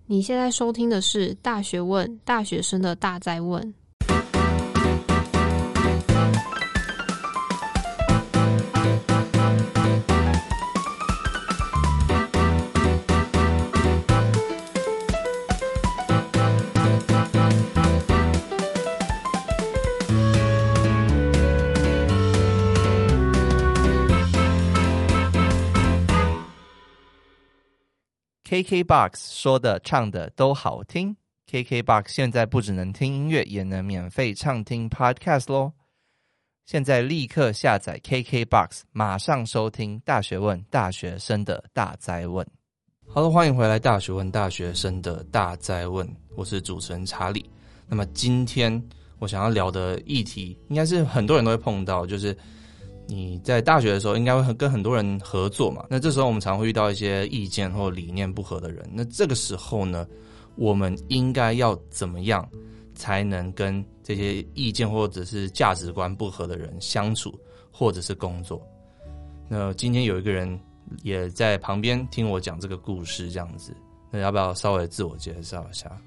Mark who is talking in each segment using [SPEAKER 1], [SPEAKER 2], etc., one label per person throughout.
[SPEAKER 1] 你现在收听的是《大学问》，大学生的大哉问。
[SPEAKER 2] KKBOX 说的唱的都好听 KKBOX 现在不只能听音乐，也能免费畅听 Podcast 咯。现在立刻下载 KKBOX， 马上收听大学问，大学生的大哉问。Hello， 欢迎回来大学问，大学生的大哉问，我是主持人查理。那么今天我想要聊的议题应该是很多人都会碰到，就是你在大学的时候应该会跟很多人合作嘛，那这时候我们常会遇到一些意见或理念不合的人，那这个时候呢，我们应该要怎么样才能跟这些意见或者是价值观不合的人相处或者是工作。那今天有一个人也在旁边听我讲这个故事这样子，那要不要稍微自我介绍一下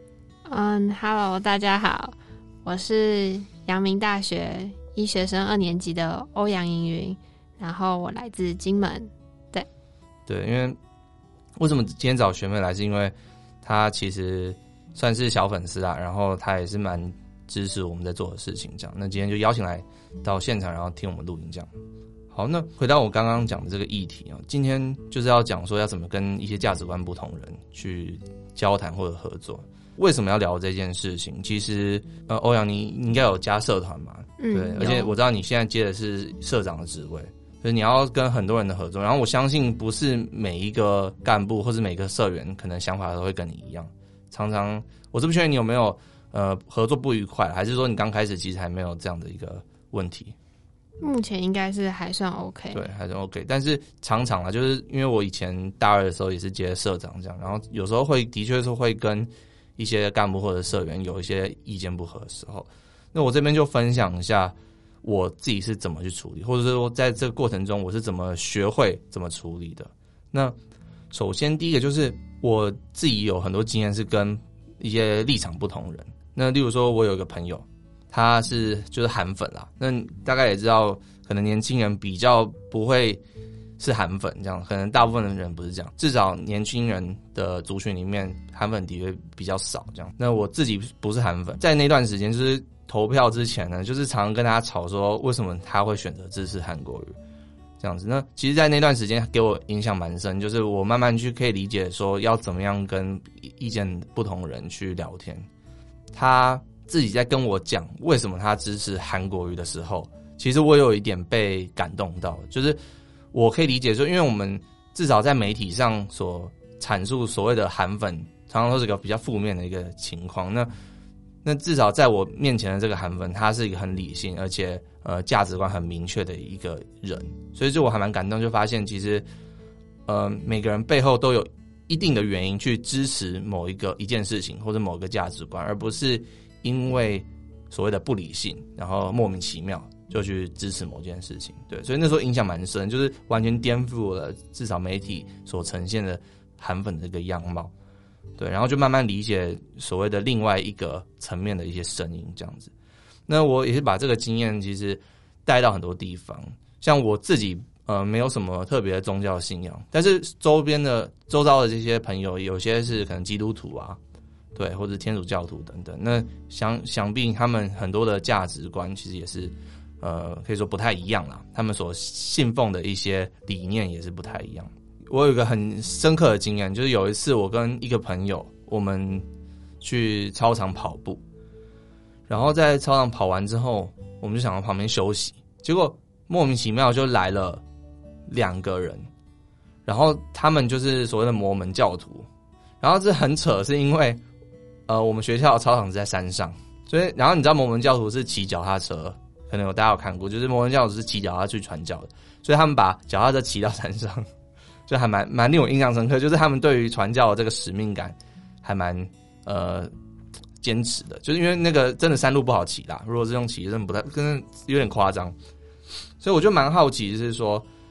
[SPEAKER 1] ？Hello， 大家好，我是阳明大学医学生2年级的欧阳莹云，然后我来自金门。
[SPEAKER 2] 对，因为为什么今天找学妹来，是因为她其实算是小粉丝啦，然后她也是蛮支持我们在做的事情这样。那今天就邀请来到现场，然后听我们录音这样。好，那回到我刚刚讲的这个议题今天就是要讲说要怎么跟一些价值观不同人去交谈或者合作。为什么要聊这件事情？其实欧阳你应该有加社团嘛，对，而且我知道你现在接的是社长的职位，所以你要跟很多人的合作。然后我相信不是每一个干部或是每个社员可能想法都会跟你一样，常常我是不确定你有没有合作不愉快，还是说你刚开始其实还没有这样的一个问题？
[SPEAKER 1] 目前应该是还算 OK，
[SPEAKER 2] 对，还算 OK。但是常常啊，就是因为我以前大二的时候也是接社长这样，然后有时候的确是会跟一些干部或者社员有一些意见不合的时候，那我这边就分享一下我自己是怎么去处理，或者说在这个过程中我是怎么学会怎么处理的。那首先第一个就是我自己有很多经验是跟一些立场不同人，那例如说我有一个朋友，他就是韩粉啦，那大概也知道可能年轻人比较不会是韩粉这样，可能大部分的人不是这样，至少年轻人的族群里面韩粉的确比较少这样。那我自己不是韩粉，在那段时间就是投票之前呢，就是常常跟大家吵说为什么他会选择支持韩国瑜这样子。那其实在那段时间给我影响蛮深，就是我慢慢去可以理解说要怎么样跟意见不同的人去聊天。他自己在跟我讲为什么他支持韩国瑜的时候，其实我有一点被感动到，就是我可以理解说，因为我们至少在媒体上所阐述所谓的韩粉常常都是个比较负面的一个情况，那至少在我面前的这个韩粉，他是一个很理性而且价值观很明确的一个人，所以就我还蛮感动，就发现其实每个人背后都有一定的原因去支持一件事情或者某一个价值观，而不是因为所谓的不理性然后莫名其妙就去支持某件事情。对，所以那时候影响蛮深，就是完全颠覆了至少媒体所呈现的韩粉的这个样貌。对，然后就慢慢理解所谓的另外一个层面的一些声音这样子。那我也是把这个经验其实带到很多地方，像我自己没有什么特别的宗教信仰，但是周遭的这些朋友有些是可能基督徒啊，对，或者天主教徒等等，那想必他们很多的价值观其实也是可以说不太一样啦，他们所信奉的一些理念也是不太一样。我有一个很深刻的经验，就是有一次我跟一个朋友，我们去操场跑步，然后在操场跑完之后，我们就想到旁边休息，结果莫名其妙就来了2个人，然后他们就是所谓的摩门教徒，然后这很扯，是因为我们学校的操场是在山上，所以然后你知道摩门教徒是骑脚踏车，可能大家有看过，就是摩门教徒是骑脚踏去传教的，所以他们把脚踏车骑到山上，就还蛮令我印象深刻，就是他们对于传教的这个使命感还蛮坚持的，就是因为那个真的山路不好骑啦，如果是用骑真的不太，可能有点夸张，所以我就蛮好奇，就是说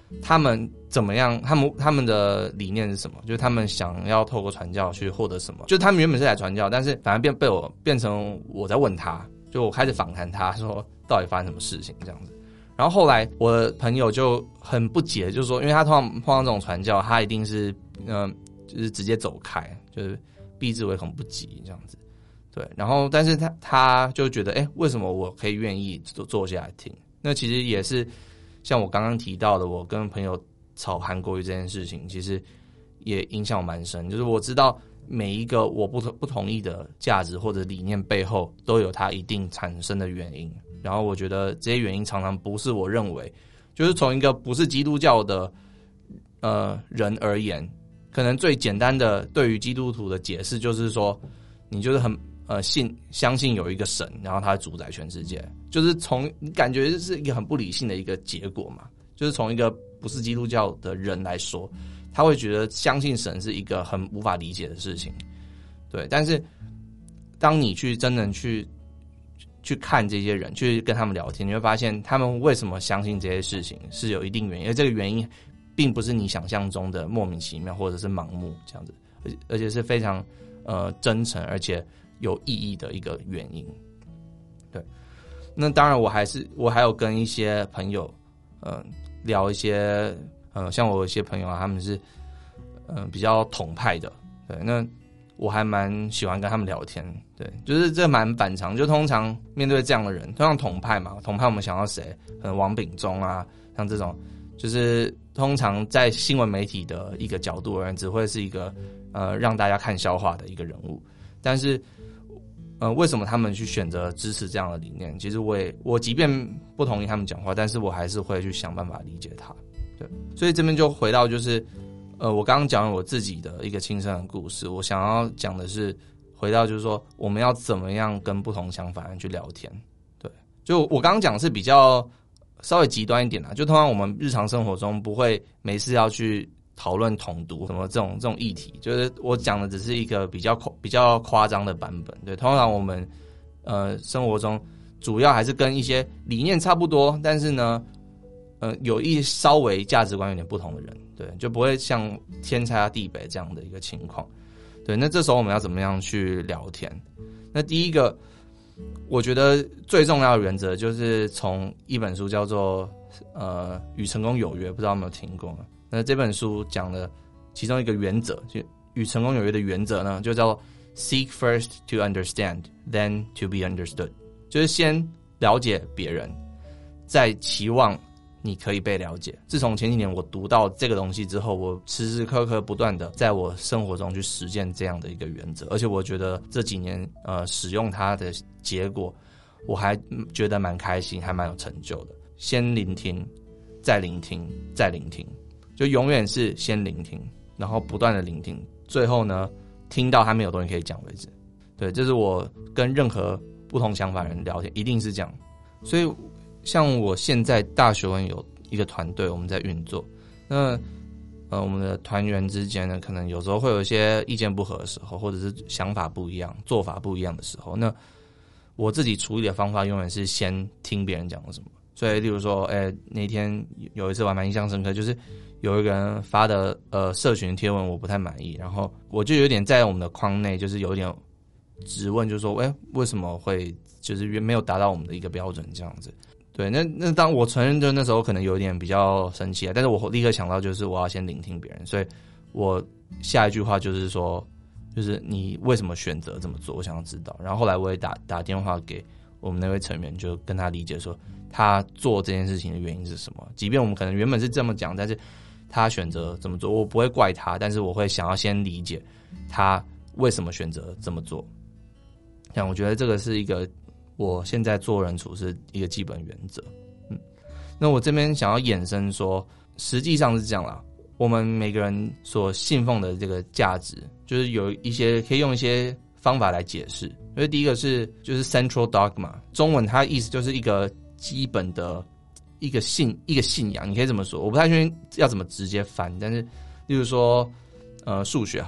[SPEAKER 2] 他们怎么样，他们的理念是什么，就是他们想要透过传教去获得什么，就他们原本是来传教，但是反而被我变成我在问他，就我开始访谈他说到底发生什么事情这样子。然后后来我的朋友就很不解，就是说因为他通常碰到这种传教，他一定是就是直接走开，就是避之唯恐不及这样子。对，然后但是他就觉得为什么我可以愿意坐下来听，那其实也是像我刚刚提到的，我跟朋友吵韩国瑜这件事情，其实也影响我蛮深，就是我知道每一个我不同意的价值或者理念背后都有它一定产生的原因，然后我觉得这些原因常常不是我认为，就是从一个不是基督教的人而言，可能最简单的对于基督徒的解释就是说，你就是很相信有一个神，然后他主宰全世界，就是你感觉是一个很不理性的一个结果嘛，就是从一个不是基督教的人来说，他会觉得相信神是一个很无法理解的事情，对。但是当你真正去看这些人，去跟他们聊天，你会发现他们为什么相信这些事情是有一定原因，而这个原因并不是你想象中的莫名其妙或者是盲目这样子，而且是非常真诚而且有意义的一个原因。对，那当然我还有跟一些朋友聊一些像我有一些朋友啊，他们是比较统派的，对，那我还蛮喜欢跟他们聊天，对，就是这蛮反常，就通常面对这样的人，通常统派嘛，统派我们想到谁？可能王炳忠啊，像这种，就是通常在新闻媒体的一个角度而言，只会是一个让大家看笑话的一个人物，但是为什么他们去选择支持这样的理念？其实我即便不同意他们讲话，但是我还是会去想办法理解他。对，所以这边就回到就是我刚刚讲了我自己的一个亲身的故事，我想要讲的是回到就是说我们要怎么样跟不同想法的人去聊天。对，就我刚刚讲的是比较稍微极端一点啦，就通常我们日常生活中不会没事要去讨论统独什么这种议题，就是我讲的只是一个比较夸张的版本。对，通常我们生活中主要还是跟一些理念差不多，但是呢有稍微价值观有点不同的人，对，就不会像天差地北这样的一个情况。对，那这时候我们要怎么样去聊天？那第一个我觉得最重要的原则就是从一本书叫做与成功有约，不知道有没有听过。那这本书讲的其中一个原则，就与成功有约的原则呢，就叫做 Seek first to understand, then to be understood， 就是先了解别人，再期望你可以被了解。自从前几年我读到这个东西之后，我时时刻刻不断的在我生活中去实践这样的一个原则，而且我觉得这几年使用它的结果，我还觉得蛮开心，还蛮有成就的。先聆听，再聆听，再聆听，就永远是先聆听，然后不断的聆听，最后呢听到他没有东西可以讲为止。对，这是我跟任何不同想法的人聊天一定是这样。所以像我现在大学文有一个团队，我们在运作，那我们的团员之间呢，可能有时候会有一些意见不合的时候，或者是想法不一样、做法不一样的时候，那我自己处理的方法永远是先听别人讲了什么。所以例如说那天有一次我还蛮印象深刻，就是有一个人发的社群贴文我不太满意，然后我就有点在我们的框内就是有点质问，就是说为什么会就是没有达到我们的一个标准这样子。对，那当我承认，就那时候可能有一点比较生气，但是我立刻想到就是我要先聆听别人，所以我下一句话就是说，就是你为什么选择这么做，我想要知道。然后后来我也打电话给我们那位成员，就跟他理解说他做这件事情的原因是什么。即便我们可能原本是这么讲，但是他选择这么做，我不会怪他，但是我会想要先理解他为什么选择这么做。像我觉得这个是一个我现在做人处事一个基本原则。那我这边想要衍生说，实际上是这样啦，我们每个人所信奉的这个价值，就是有一些可以用一些方法来解释。因为第一个就是 central dogma， 中文它意思就是一个基本的一个信仰，你可以这么说，我不太确定要怎么直接翻，但是例如说数学好了，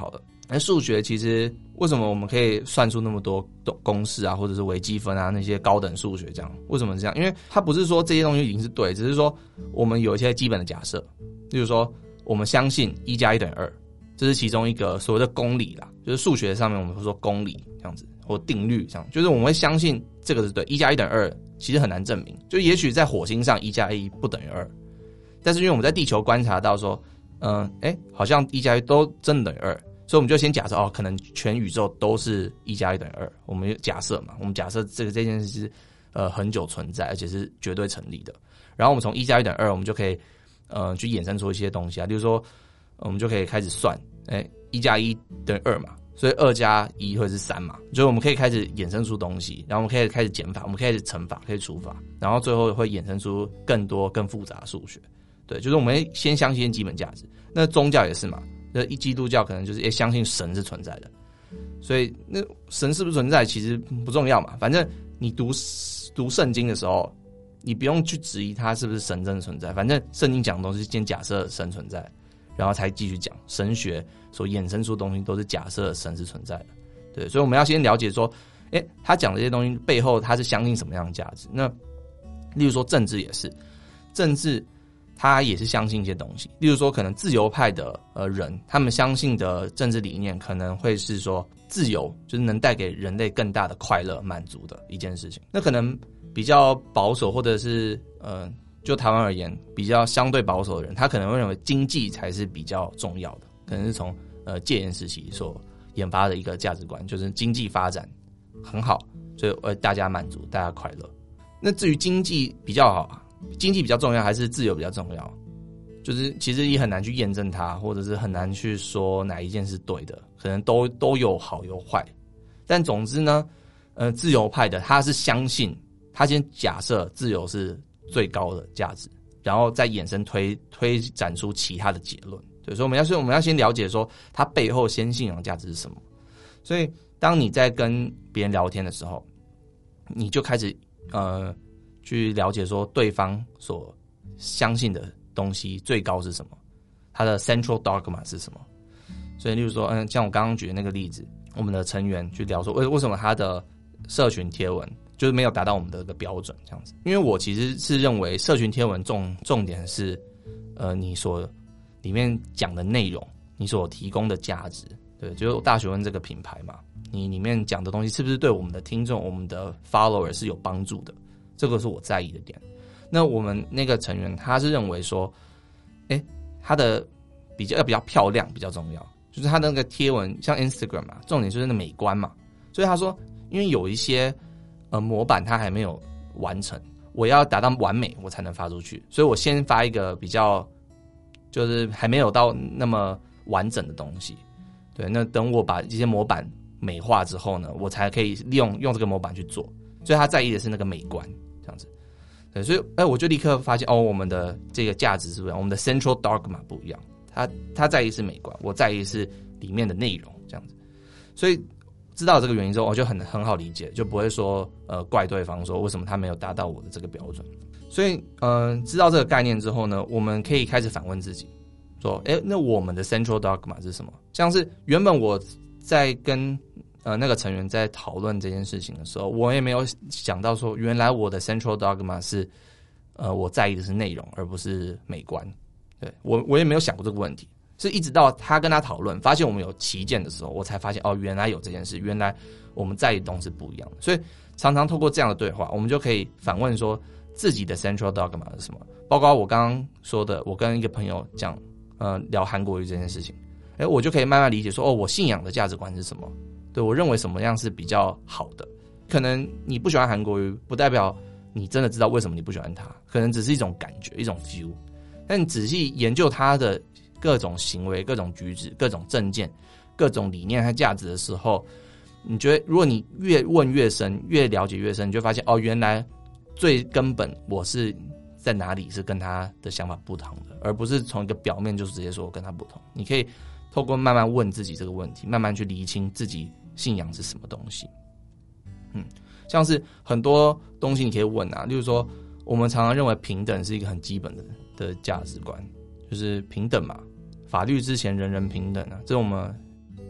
[SPEAKER 2] 那数学其实为什么我们可以算出那么多公式啊，或者是微积分啊那些高等数学这样？为什么是这样？因为它不是说这些东西已经是对，只是说我们有一些基本的假设，例如说我们相信1+1等于2，这是其中一个所谓的公理啦，就是数学上面我们会说公理这样子，或定律这样，就是我们会相信这个是对，1+1等于2，其实很难证明。就也许在火星上1+1不等于2，但是因为我们在地球观察到说，好像1+1都真的等于2。所以我们就先假设可能全宇宙都是1+1等于2，我们假设嘛，我们假设这件事是很久存在，而且是绝对成立的。然后我们从1+1等于2，我们就可以去衍生出一些东西啊，例如说我们就可以开始算，1+1等于2嘛，所以2+1会是3嘛，所以我们可以开始衍生出东西，然后我们可以开始减法，我们可以开始乘法，可以除法，然后最后会衍生出更多更复杂的数学。对，就是我们会先相信基本价值。那宗教也是嘛。基督教可能就是相信神是存在的，所以那神是不是存在其实不重要嘛，反正你读圣经的时候，你不用去质疑它是不是神真的存在，反正圣经讲的东西先假设神存在，然后才继续讲。神学所衍生出的东西都是假设神是存在的，对，所以我们要先了解说，他讲的这些东西背后他是相信什么样的价值。那例如说政治也是，政治他也是相信一些东西，例如说可能自由派的人，他们相信的政治理念可能会是说自由就是能带给人类更大的快乐满足的一件事情。那可能比较保守或者是就台湾而言比较相对保守的人，他可能会认为经济才是比较重要的，可能是从戒严时期所研发的一个价值观，就是经济发展很好，所以大家满足，大家快乐。那至于经济比较好，经济比较重要还是自由比较重要，就是其实也很难去验证它，或者是很难去说哪一件是对的，可能都有好有坏。但总之呢，自由派的他是相信，他先假设自由是最高的价值，然后再衍生推展出其他的结论。对，所以我们要先了解说他背后先信仰的价值是什么。所以当你在跟别人聊天的时候，你就开始去了解说对方所相信的东西最高是什么，他的 central dogma 是什么。所以例如说像我刚刚举的那个例子，我们的成员去聊说为什么他的社群贴文就是没有达到我们的标准这样子。因为我其实是认为社群贴文重点是你所里面讲的内容，你所提供的价值。对，就是大学问这个品牌嘛，你里面讲的东西是不是对我们的听众我们的 follower 是有帮助的，这个是我在意的点。那我们那个成员他是认为说他的比较漂亮比较重要，就是他的那个贴文像 Instagram 嘛，重点就是那美观嘛。所以他说因为有一些模板他还没有完成，我要达到完美我才能发出去，所以我先发一个比较就是还没有到那么完整的东西。对，那等我把这些模板美化之后呢，我才可以用这个模板去做。所以他在意的是那个美观这样子。对，所以我就立刻发现我们的这个价值是不一样，我们的 central dogma 不一样。他在意是美观，我在意是里面的内容这样子。所以知道这个原因之后，我就很好理解，就不会说怪对方说为什么他没有达到我的这个标准。所以知道这个概念之后呢，我们可以开始反问自己，说那我们的 central dogma 是什么？像是原本我在跟那个成员在讨论这件事情的时候，我也没有想到说原来我的 central dogma 是我在意的是内容而不是美观。对，我也没有想过这个问题，是一直到他跟他讨论发现我们有歧见的时候，我才发现原来有这件事，原来我们在意的东西是不一样的。所以常常透过这样的对话，我们就可以反问说自己的 central dogma 是什么。包括我刚刚说的，我跟一个朋友讲聊韩国瑜这件事情，我就可以慢慢理解说我信仰的价值观是什么。对，我认为什么样是比较好的。可能你不喜欢韩国瑜，不代表你真的知道为什么你不喜欢他，可能只是一种感觉，一种 feel。但你仔细研究他的各种行为、各种举止、各种政见、各种理念和价值的时候，你觉得如果你越问越深，越了解越深，你就发现原来最根本我是在哪里是跟他的想法不同的，而不是从一个表面就直接说我跟他不同。你可以透过慢慢问自己这个问题，慢慢去厘清自己信仰是什么东西。像是很多东西你可以问啊，例如说我们常常认为平等是一个很基本的价值观，就是平等嘛，法律之前人人平等啊，这是我们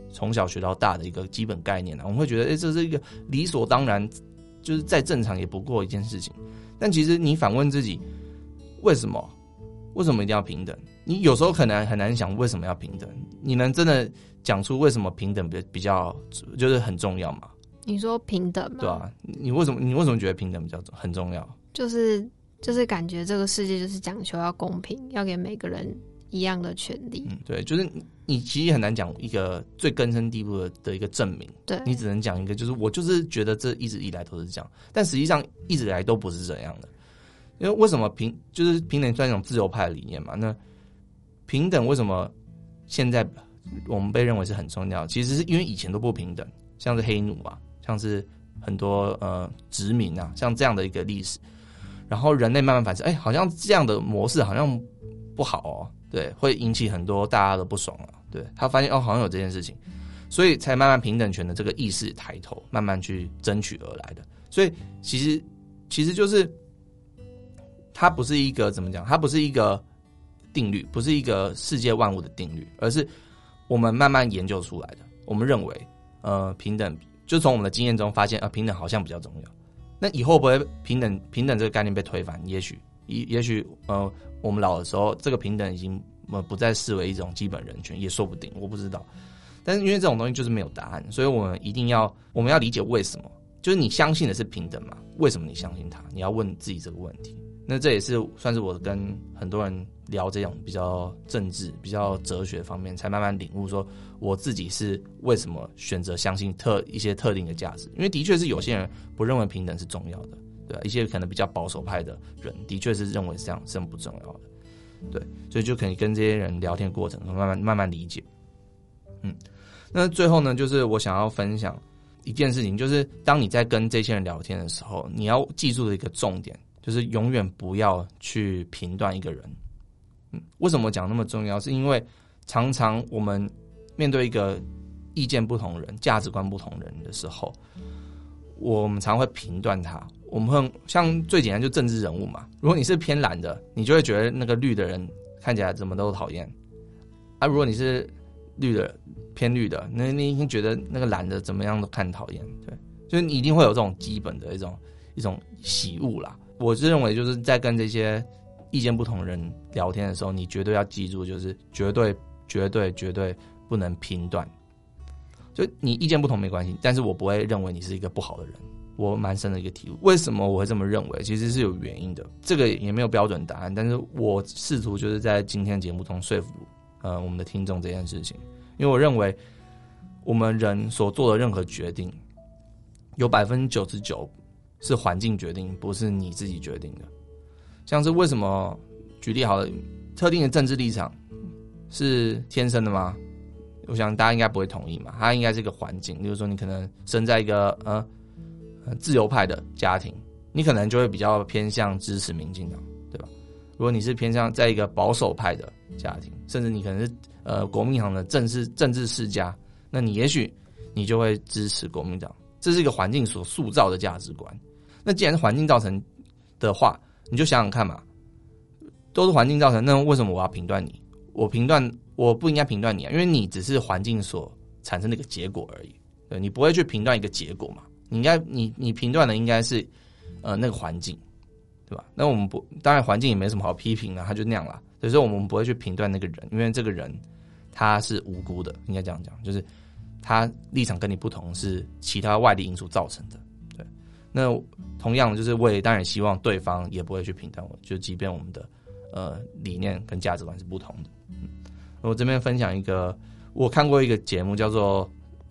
[SPEAKER 2] 从小学到大的一个基本概念我们会觉得这是一个理所当然，就是再正常也不过一件事情。但其实你反问自己，为什么一定要平等？你有时候可能很难想为什么要平等，你能真的讲出为什么平等比较就是很重要吗？
[SPEAKER 1] 你说平等吗？
[SPEAKER 2] 对啊，你为什么觉得平等比较很重要？
[SPEAKER 1] 就是感觉这个世界就是讲求要公平，要给每个人一样的权利。
[SPEAKER 2] 对，就是你其实很难讲一个最根深蒂固的一个证明。
[SPEAKER 1] 对，
[SPEAKER 2] 你只能讲一个，就是我就是觉得这一直以来都是这样，但实际上一直以来都不是这样的。因为为什么就是平等算一种自由派的理念嘛？那平等为什么现在我们被认为是很重要？其实是因为以前都不平等，像是黑奴啊，像是很多殖民啊，像这样的一个历史。然后人类慢慢反思，好像这样的模式好像不好哦，对，会引起很多大家的不爽啊。对，他发现好像有这件事情，所以才慢慢平等权的这个意识抬头，慢慢去争取而来的。所以其实就是它不是一个怎么讲，它不是一个定律，不是一个世界万物的定律，而是我们慢慢研究出来的。我们认为平等，就从我们的经验中发现平等好像比较重要。那以后会不会平等这个概念被推翻？也许我们老的时候，这个平等已经不再视为一种基本人权，也说不定，我不知道。但是因为这种东西就是没有答案，所以我们要理解为什么，就是你相信的是平等嘛？为什么你相信它？你要问自己这个问题。那这也是算是我跟很多人聊这种比较政治、比较哲学方面，才慢慢领悟说，我自己是为什么选择相信一些特定的价值。因为的确是有些人不认为平等是重要的，对吧？一些可能比较保守派的人，的确是认为这样是很不重要的，对。所以就可以跟这些人聊天过程中慢慢理解。那最后呢，就是我想要分享一件事情，就是当你在跟这些人聊天的时候，你要记住的一个重点，就是永远不要去评断一个人。为什么讲那么重要？是因为常常我们面对一个意见不同人、价值观不同人的时候，我们常会评断他。我们会像最简单就政治人物嘛，如果你是偏蓝的，你就会觉得那个绿的人看起来怎么都讨厌啊；如果你是偏绿的，那你一定觉得那个蓝的怎么样都看讨厌。对，就是你一定会有这种基本的一种喜恶啦。我是认为就是在跟这些意见不同的人聊天的时候，你绝对要记住，就是绝对不能评断。就你意见不同没关系，但是我不会认为你是一个不好的人。我蛮深的一个体悟，为什么我会这么认为？其实是有原因的，这个也没有标准答案，但是我试图就是在今天节目中说服我们的听众这件事情，因为我认为我们人所做的任何决定，有99%是环境决定，不是你自己决定的。像是为什么举例好了，特定的政治立场是天生的吗？我想大家应该不会同意嘛，它应该是一个环境。比如说你可能生在一个自由派的家庭，你可能就会比较偏向支持民进党，对吧？如果你是偏向在一个保守派的家庭，甚至你可能是国民党的政治世家，那你也许你就会支持国民党。这是一个环境所塑造的价值观。那既然是环境造成的话，你就想想看嘛，都是环境造成，那为什么我要评断你？我不应该评断你啊，因为你只是环境所产生的一个结果而已。对，你不会去评断一个结果嘛？你评断的应该是那个环境，对吧？那我们当然环境也没什么好批评的，他就那样啦。所以说我们不会去评断那个人，因为这个人他是无辜的，应该这样讲，就是他立场跟你不同，是其他外力因素造成的。对，那同样就是我也当然希望对方也不会去评断我，就即便我们的理念跟价值观是不同的。我这边分享一个，我看过一个节目叫做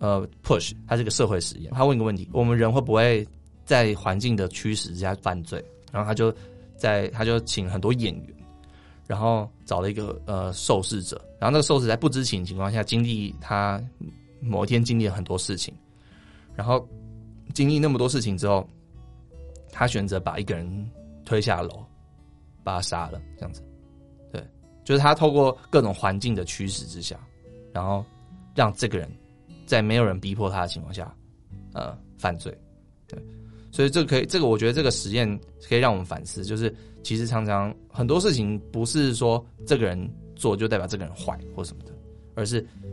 [SPEAKER 2] Push， 它是一个社会实验。他问一个问题：我们人会不会在环境的驱使之下犯罪？然后他就请很多演员，然后找了一个受试者，然后那个受试者在不知情的情况下，他某一天经历了很多事情，然后经历那么多事情之后，他选择把一个人推下楼，把他杀了，这样子。对，就是他透过各种环境的驱使之下，然后让这个人在没有人逼迫他的情况下，犯罪。对，所以这个我觉得这个实验可以让我们反思，就是其实常常很多事情不是说这个人做就代表这个人坏或什么的，而是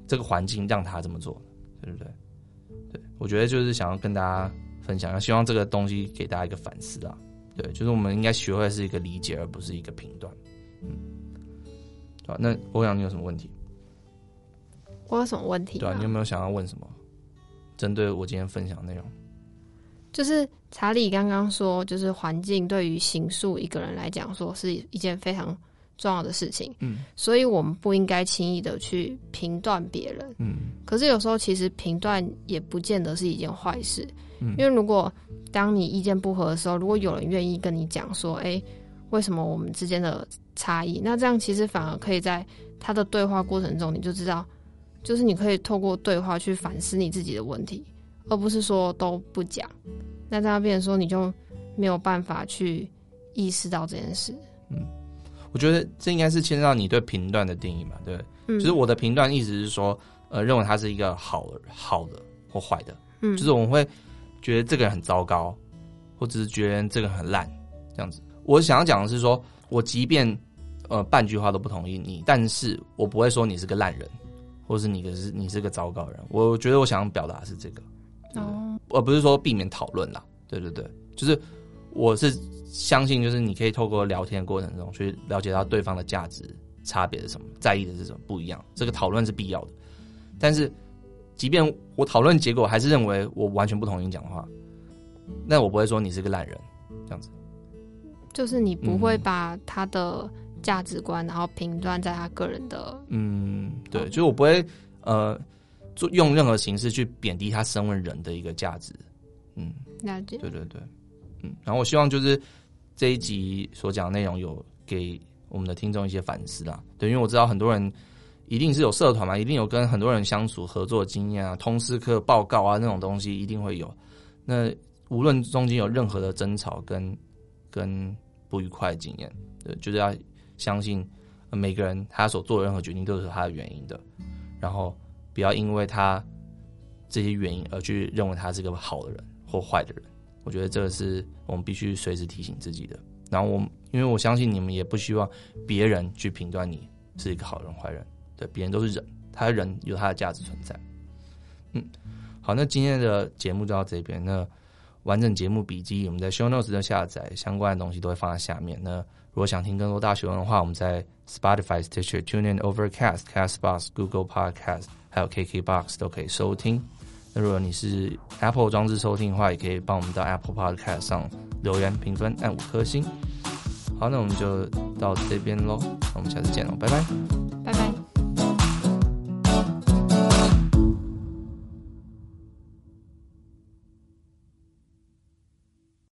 [SPEAKER 2] 这个环境让他这么做，对不对？对，我觉得就是想要跟大家分享，希望这个东西给大家一个反思啦。对，就是我们应该学会是一个理解，而不是一个评断。对吧？那欧阳，你有什么问题？
[SPEAKER 1] 我有什么问题？
[SPEAKER 2] 对啊，你有没有想要问什么？针对我今天分享的内容，
[SPEAKER 1] 就是查理刚刚说，就是环境对于形塑一个人来讲，说是一件非常重要的事情。所以我们不应该轻易的去评断别人。可是有时候其实评断也不见得是一件坏事。因为如果当你意见不合的时候，如果有人愿意跟你讲说，为什么我们之间的差异，那这样其实反而可以在他的对话过程中，你就知道，就是你可以透过对话去反思你自己的问题，而不是说都不讲。那这样变成说你就没有办法去意识到这件事。
[SPEAKER 2] 我觉得这应该是牵涉到你对评断的定义嘛，对。就是我的评断意思是说，认为他是一个好的或坏的，就是我们会觉得这个人很糟糕，或者是觉得这个人很烂，这样子。我想要讲的是说，我即便半句话都不同意你，但是我不会说你是个烂人，或是你是个糟糕人。我觉得我想要表达的是这个，而不是说避免讨论啦。对对对，就是我是相信，就是你可以透过聊天的过程中去了解到对方的价值差别是什么，在意的是什么，不一样。这个讨论是必要的，但是即便我讨论结果还是认为我完全不同意你讲的话，那我不会说你是个烂人，这样子。
[SPEAKER 1] 就是你不会把他的价值观，然后评断在他个人的，
[SPEAKER 2] 对，就是我不会用任何形式去贬低他身为人的一个价值，
[SPEAKER 1] 了解，
[SPEAKER 2] 对对对，然后我希望就是这一集所讲的内容有给我们的听众一些反思啦，对，因为我知道很多人一定是有社团嘛，一定有跟很多人相处合作的经验啊，通识课报告啊那种东西一定会有，那无论中间有任何的争吵跟不愉快的经验，对，就是要相信每个人他所做的任何决定都是有他的原因的，然后不要因为他这些原因而去认为他是个好的人或坏的人。我觉得这个是我们必须随时提醒自己的。然后因为我相信你们也不希望别人去评断你是一个好人坏人，对，别人都是人，他的人有他的价值存在。好，那今天的节目就到这边。那完整节目笔记我们在 show notes 的下载，相关的东西都会放在下面。那如果想听更多大学问的话，我们在 Spotify、Stitcher、TuneIn、Overcast、Castbox、Google Podcast 还有 KKBox 都可以收听。那如果你是 Apple 装置收听的话，也可以帮我们到 Apple Podcast 上留言评分，按5颗星。好，那我们就到这边咯，那我们下次见咯，拜拜，
[SPEAKER 1] 拜拜。